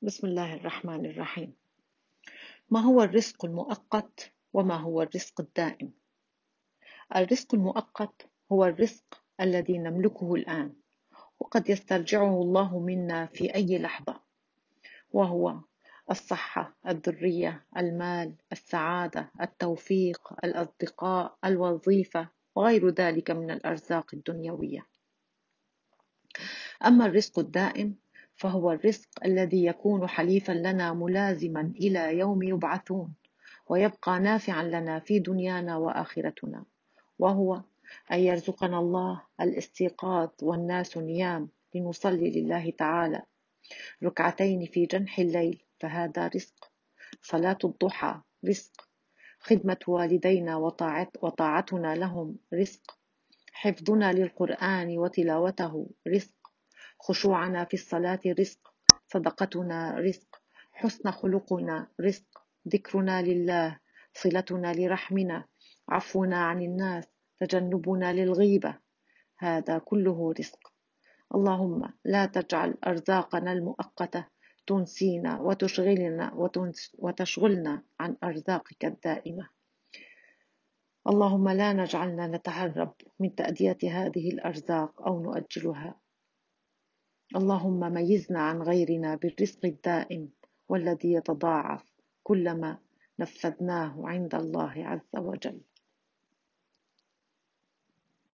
بسم الله الرحمن الرحيم. ما هو الرزق المؤقت وما هو الرزق الدائم؟ الرزق المؤقت هو الرزق الذي نملكه الآن، وقد يسترجعه الله منا في أي لحظة، وهو الصحة، الذرية، المال، السعادة، التوفيق، الأصدقاء، الوظيفة، وغير ذلك من الأرزاق الدنيوية. أما الرزق الدائم فهو الرزق الذي يكون حليفا لنا ملازما إلى يوم يبعثون، ويبقى نافعا لنا في دنيانا وآخرتنا، وهو أن يرزقنا الله الاستيقاظ والناس نيام لنصلي لله تعالى ركعتين في جنح الليل، فهذا رزق. صلاة الضحى رزق. خدمة والدينا وطاعتنا لهم رزق. حفظنا للقرآن وتلاوته رزق. خشوعنا في الصلاة رزق. صدقتنا رزق. حسن خلقنا رزق. ذكرنا لله. صلتنا لرحمنا. عفونا عن الناس. تجنبنا للغيبة. هذا كله رزق. اللهم لا تجعل أرزاقنا المؤقتة تنسينا وتشغلنا عن أرزاقك الدائمة. اللهم لا نجعلنا نتهرب من تأدية هذه الأرزاق أو نؤجلها. اللهم ميزنا عن غيرنا بالرزق الدائم والذي يتضاعف كلما نفذناه عند الله عز وجل.